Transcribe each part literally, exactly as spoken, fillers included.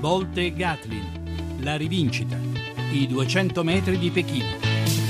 Bolt e Gatlin, la rivincita, i duecento metri di Pechino.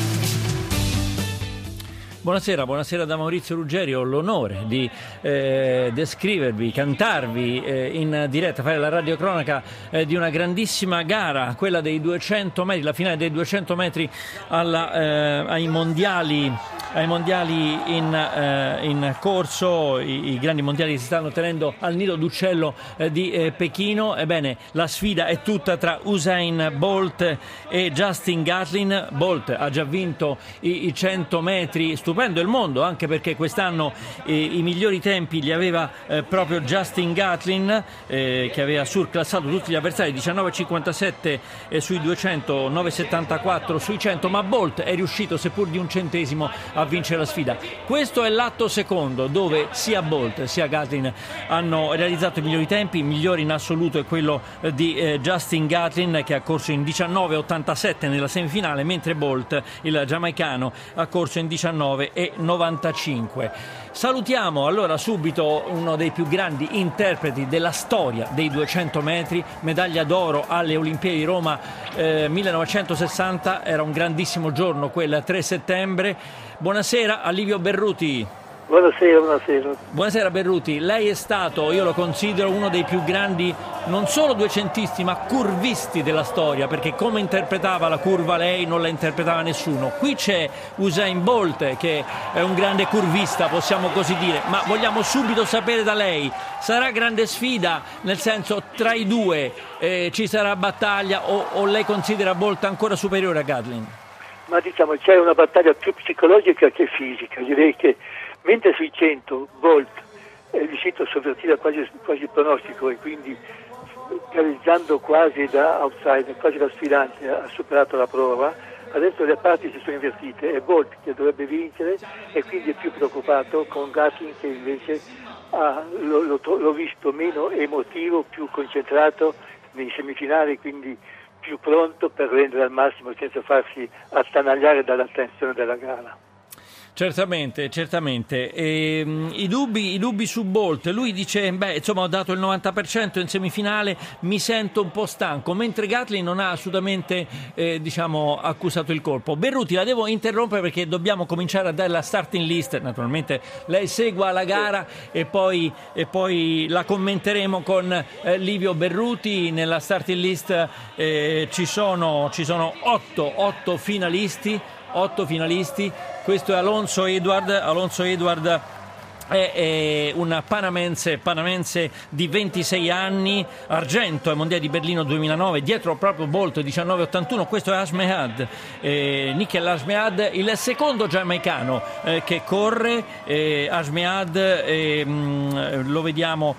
Buonasera, buonasera da Maurizio Ruggeri. Ho l'onore di eh, descrivervi, cantarvi eh, in diretta, fare la radiocronaca eh, di una grandissima gara, quella dei duecento metri, la finale dei duecento metri alla, eh, ai mondiali, ai mondiali in, eh, in corso, I, i grandi mondiali che si stanno tenendo al Nido d'Uccello eh, di eh, Pechino. Ebbene, la sfida è tutta tra Usain Bolt e Justin Gatlin. Bolt ha già vinto i, i cento metri, stupendo il mondo, anche perché quest'anno eh, i migliori tempi li aveva eh, proprio Justin Gatlin, eh, che aveva surclassato tutti gli avversari, diciannove virgola cinquantasette eh, sui duecento, nove virgola settantaquattro sui cento, ma Bolt è riuscito, seppur di un centesimo, a vincere la sfida. Questo è l'atto secondo, dove sia Bolt sia Gatlin hanno realizzato i migliori tempi. Il migliore in assoluto è quello eh, di eh, Justin Gatlin, che ha corso in diciannove virgola ottantasette nella semifinale, mentre Bolt, il giamaicano, ha corso in diciannove virgola novantacinque. Salutiamo allora subito uno dei più grandi interpreti della storia dei duecento metri, medaglia d'oro alle Olimpiadi di Roma eh, millenovecentosessanta. Era un grandissimo giorno quel tre settembre. Buonasera a Livio Berruti. Buonasera, buonasera. Buonasera Berruti, lei è stato, io lo considero uno dei più grandi, non solo duecentisti, ma curvisti della storia, perché come interpretava la curva lei non la interpretava nessuno. Qui c'è Usain Bolt, che è un grande curvista, possiamo così dire, ma vogliamo subito sapere da lei, sarà grande sfida, nel senso tra i due eh, ci sarà battaglia, o, o lei considera Bolt ancora superiore a Gatlin? Ma diciamo c'è una battaglia più psicologica che fisica, direi che mentre sui cento Bolt è riuscito a sovvertire quasi, quasi il pronostico e quindi realizzando quasi da outsider, quasi da sfidante, ha superato la prova. Adesso le parti si sono invertite, è Bolt che dovrebbe vincere e quindi è più preoccupato con Gatlin, che invece ha, lo, lo, l'ho visto meno emotivo, più concentrato nei semifinali, quindi più pronto per rendere al massimo senza farsi attanagliare dalla tensione della gara. Certamente, certamente. E, um, i, dubbi, i dubbi su Bolt, lui dice, beh, insomma, ho dato il novanta per cento in semifinale, mi sento un po' stanco, mentre Gatlin non ha assolutamente, eh, diciamo, accusato il colpo. Berruti, la devo interrompere perché dobbiamo cominciare a dare la starting list, naturalmente lei segua la gara e poi, e poi la commenteremo con eh, Livio Berruti. Nella starting list eh, ci sono, ci sono otto, otto finalisti, otto finalisti. Questo è Alonso Edward. Alonso Edward è, è un panamense, panamense di ventisei anni, argento ai mondiali di Berlino duemilanove, dietro proprio Bolt diciannove virgola ottantuno. Questo è Ashmehad, eh, Nickel Ashmehad, il secondo giamaicano eh, che corre. eh, Ashmehad eh, mh, lo vediamo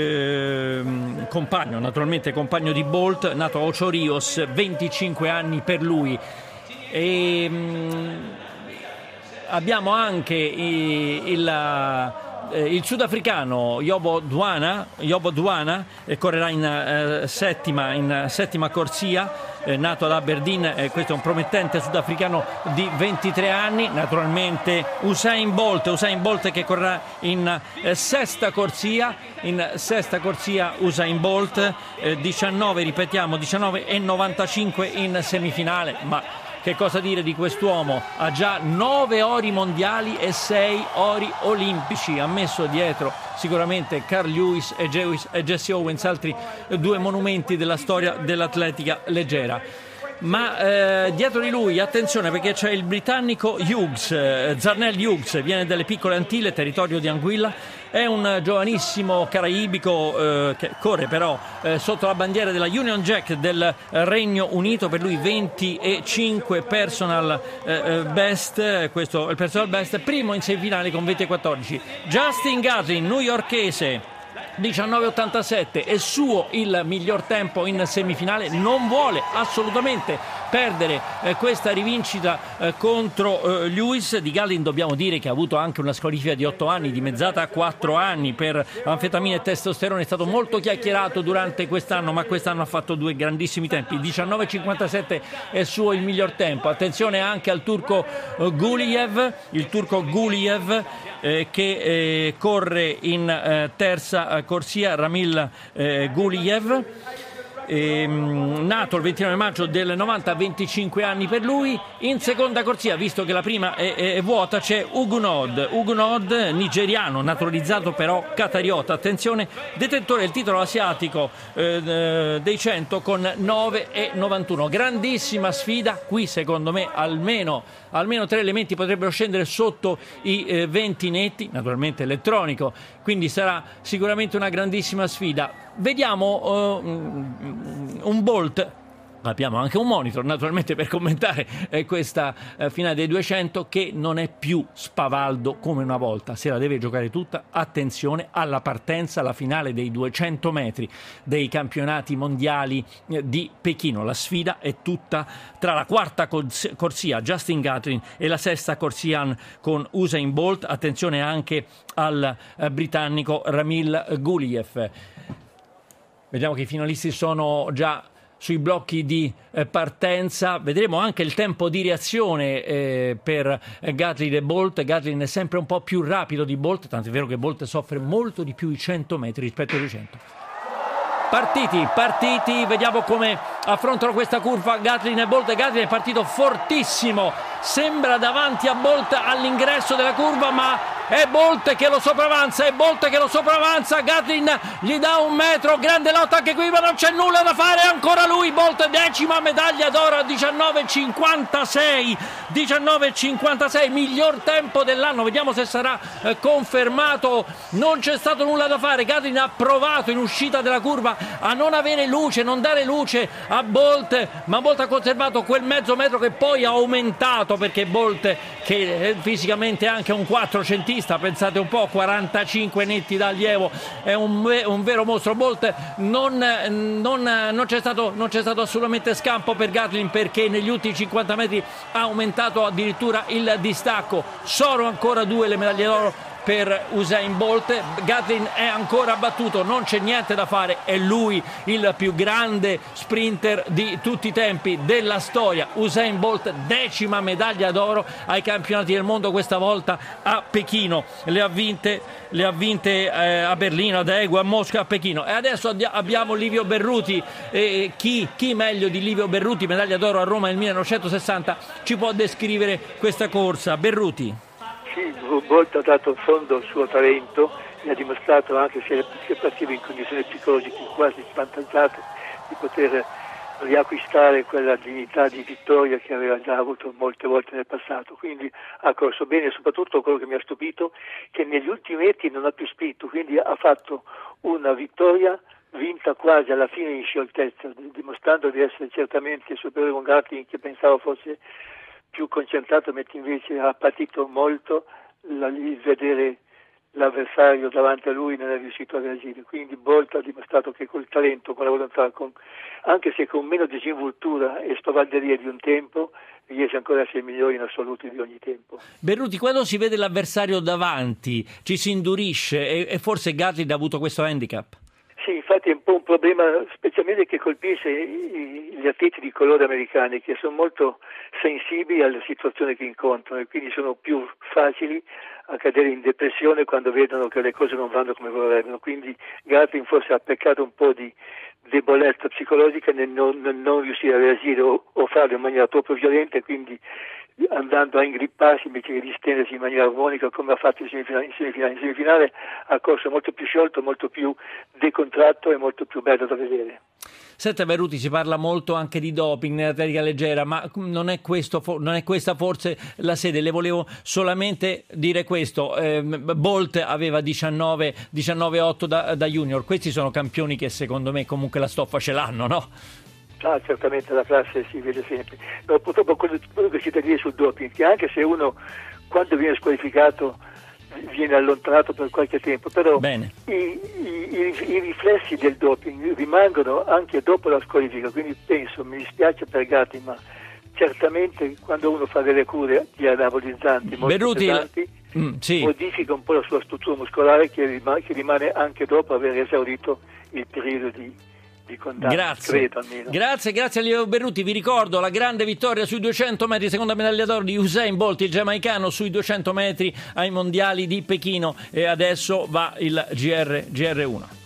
eh, compagno, naturalmente compagno di Bolt, nato a Ocho Rios, venticinque anni per lui. E, mh, abbiamo anche il, il, il sudafricano Yobo Duana, Yobo Duana eh, correrà in, eh, settima, in settima corsia, eh, nato ad Aberdeen. Eh, questo è un promettente sudafricano di ventitré anni. Naturalmente Usain Bolt, Usain Bolt che correrà in eh, sesta corsia, in sesta corsia Usain Bolt, eh, diciannove, ripetiamo, diciannove virgola novantacinque in semifinale, ma che cosa dire di quest'uomo? Ha già nove ori mondiali e sei ori olimpici. Ha messo dietro sicuramente Carl Lewis e Jesse Owens, altri due monumenti della storia dell'atletica leggera. Ma eh, dietro di lui, attenzione, perché c'è il britannico Hughes, eh, Zarnell Hughes, viene dalle piccole Antille, territorio di Anguilla. È un giovanissimo caraibico eh, che corre però eh, sotto la bandiera della Union Jack del Regno Unito, per lui venticinque personal eh, best, questo è il personal best, primo in semifinale con venti e quattordici. Justin Gatlin, newyorkese, diciannove virgola ottantasette, è suo il miglior tempo in semifinale, non vuole assolutamente perdere eh, questa rivincita eh, contro eh, Lewis. Di Gatlin dobbiamo dire che ha avuto anche una squalifica di otto anni, dimezzata a quattro anni per anfetamine e testosterone. È stato molto chiacchierato durante quest'anno, ma quest'anno ha fatto due grandissimi tempi. diciannove virgola cinquantasette è suo il miglior tempo. Attenzione anche al turco eh, Guliev, il turco Guliev eh, che eh, corre in eh, terza eh, corsia, Ramil eh, Guliev. E, nato il ventinove maggio del novanta, venticinque anni per lui. In seconda corsia, visto che la prima è, è, è vuota, c'è Ugunod Ugunod, nigeriano, naturalizzato però qatariota, attenzione, detentore del titolo asiatico eh, dei cento con nove e novantuno. Grandissima sfida qui, secondo me almeno, almeno tre elementi potrebbero scendere sotto i eh, venti netti, naturalmente elettronico, quindi sarà sicuramente una grandissima sfida. Vediamo uh, un Bolt, abbiamo anche un monitor naturalmente per commentare eh, questa eh, finale dei duecento, che non è più spavaldo come una volta, se la deve giocare tutta. Attenzione alla partenza, alla finale dei duecento metri dei campionati mondiali eh, di Pechino. La sfida è tutta tra la quarta corsia Justin Gatlin e la sesta corsia con Usain Bolt. Attenzione anche al eh, britannico Ramil Guliev. Vediamo che i finalisti sono già sui blocchi di eh, partenza. Vedremo anche il tempo di reazione eh, per eh, Gatlin e Bolt. Gatlin è sempre un po' più rapido di Bolt, tanto è vero che Bolt soffre molto di più i cento metri rispetto ai duecento. Partiti, partiti, vediamo come affrontano questa curva Gatlin e Bolt. Gatlin è partito fortissimo, sembra davanti a Bolt all'ingresso della curva, ma è Bolt che lo sopravanza, è Bolt che lo sopravanza. Gatlin gli dà un metro, grande lotta anche qui, ma non c'è nulla da fare, ancora lui. Bolt, decima medaglia d'oro a diciannove cinquantasei, diciannove cinquantasei, miglior tempo dell'anno. Vediamo se sarà eh, confermato. Non c'è stato nulla da fare. Gatlin ha provato in uscita della curva a non avere luce, non dare luce a Bolt, ma Bolt ha conservato quel mezzo metro che poi ha aumentato, perché Bolt, che è fisicamente anche un quattrocentista, pensate un po', quarantacinque netti d'allievo, è un, un vero mostro. Bolt non, non, non, c'è stato, non c'è stato assolutamente scampo per Gatlin, perché negli ultimi cinquanta metri ha aumentato addirittura il distacco. Sono ancora due le medaglie d'oro per Usain Bolt. Gatlin è ancora battuto, non c'è niente da fare, è lui il più grande sprinter di tutti i tempi della storia. Usain Bolt, decima medaglia d'oro ai campionati del mondo, questa volta a Pechino. Le ha vinte, le ha vinte eh, a Berlino, ad Daegu, a Mosca, a Pechino. E adesso abbiamo Livio Berruti. Eh, chi, chi meglio di Livio Berruti, medaglia d'oro a Roma nel millenovecentosessanta, ci può descrivere questa corsa? Berruti. Sì, Bolt ha dato in fondo il suo talento e ha dimostrato, anche se partiva in condizioni psicologiche quasi svantaggiate, di poter riacquistare quella dignità di vittoria che aveva già avuto molte volte nel passato. Quindi ha corso bene, e soprattutto quello che mi ha stupito, che negli ultimi metri non ha più spinto, quindi ha fatto una vittoria vinta quasi alla fine in scioltezza, dimostrando di essere certamente superiore a un Gatlin che pensavo fosse più concentrato, mentre invece ha patito molto la, il vedere l'avversario davanti a lui, non è riuscito a reagire. Quindi Bolt ha dimostrato che col talento, con la volontà, con, anche se con meno disinvoltura e spavalderia di un tempo, riesce ancora a essere il migliore in assoluto di ogni tempo. Berruti, quando si vede l'avversario davanti ci si indurisce, e, e forse Gatlin ha avuto questo handicap? Sì, infatti è un po' un problema specialmente che colpisce i, gli atleti di colore americani, che sono molto sensibili alle situazioni che incontrano e quindi sono più facili a cadere in depressione quando vedono che le cose non vanno come vorrebbero. Quindi Gatlin forse ha peccato un po' di debolezza psicologica nel non, nel non riuscire a reagire o, o farlo in maniera troppo violenta, e quindi andando a ingripparsi invece che di stendersi in maniera armonica come ha fatto in semifinale. In semifinale, in semifinale ha corso molto più sciolto, molto più decontratto e molto più bello da vedere. Senta Berruti, si parla molto anche di doping nell'atletica leggera, ma non è, questo, non è questa forse la sede? Le volevo solamente dire questo. Eh, Bolt aveva diciannove virgola otto da, da junior, questi sono campioni che secondo me comunque la stoffa ce l'hanno, no? Ah, certamente la classe si vede sempre. No, purtroppo quello, quello che si deve dire sul doping, che anche se uno quando viene squalificato viene allontanato per qualche tempo, però i, i, i, i riflessi del doping rimangono anche dopo la squalifica, quindi penso, mi dispiace per Gatlin, ma certamente quando uno fa delle cure di anabolizzanti molto Berruti, pesanti mm, sì. modifica un po' la sua struttura muscolare che rimane, che rimane anche dopo aver esaurito il periodo di di condanna, grazie. credo almeno. Grazie, grazie a Livio Berruti. Vi ricordo la grande vittoria sui duecento metri, seconda medaglia d'oro di Usain Bolt, il giamaicano, sui duecento metri ai mondiali di Pechino, e adesso va il G R uno.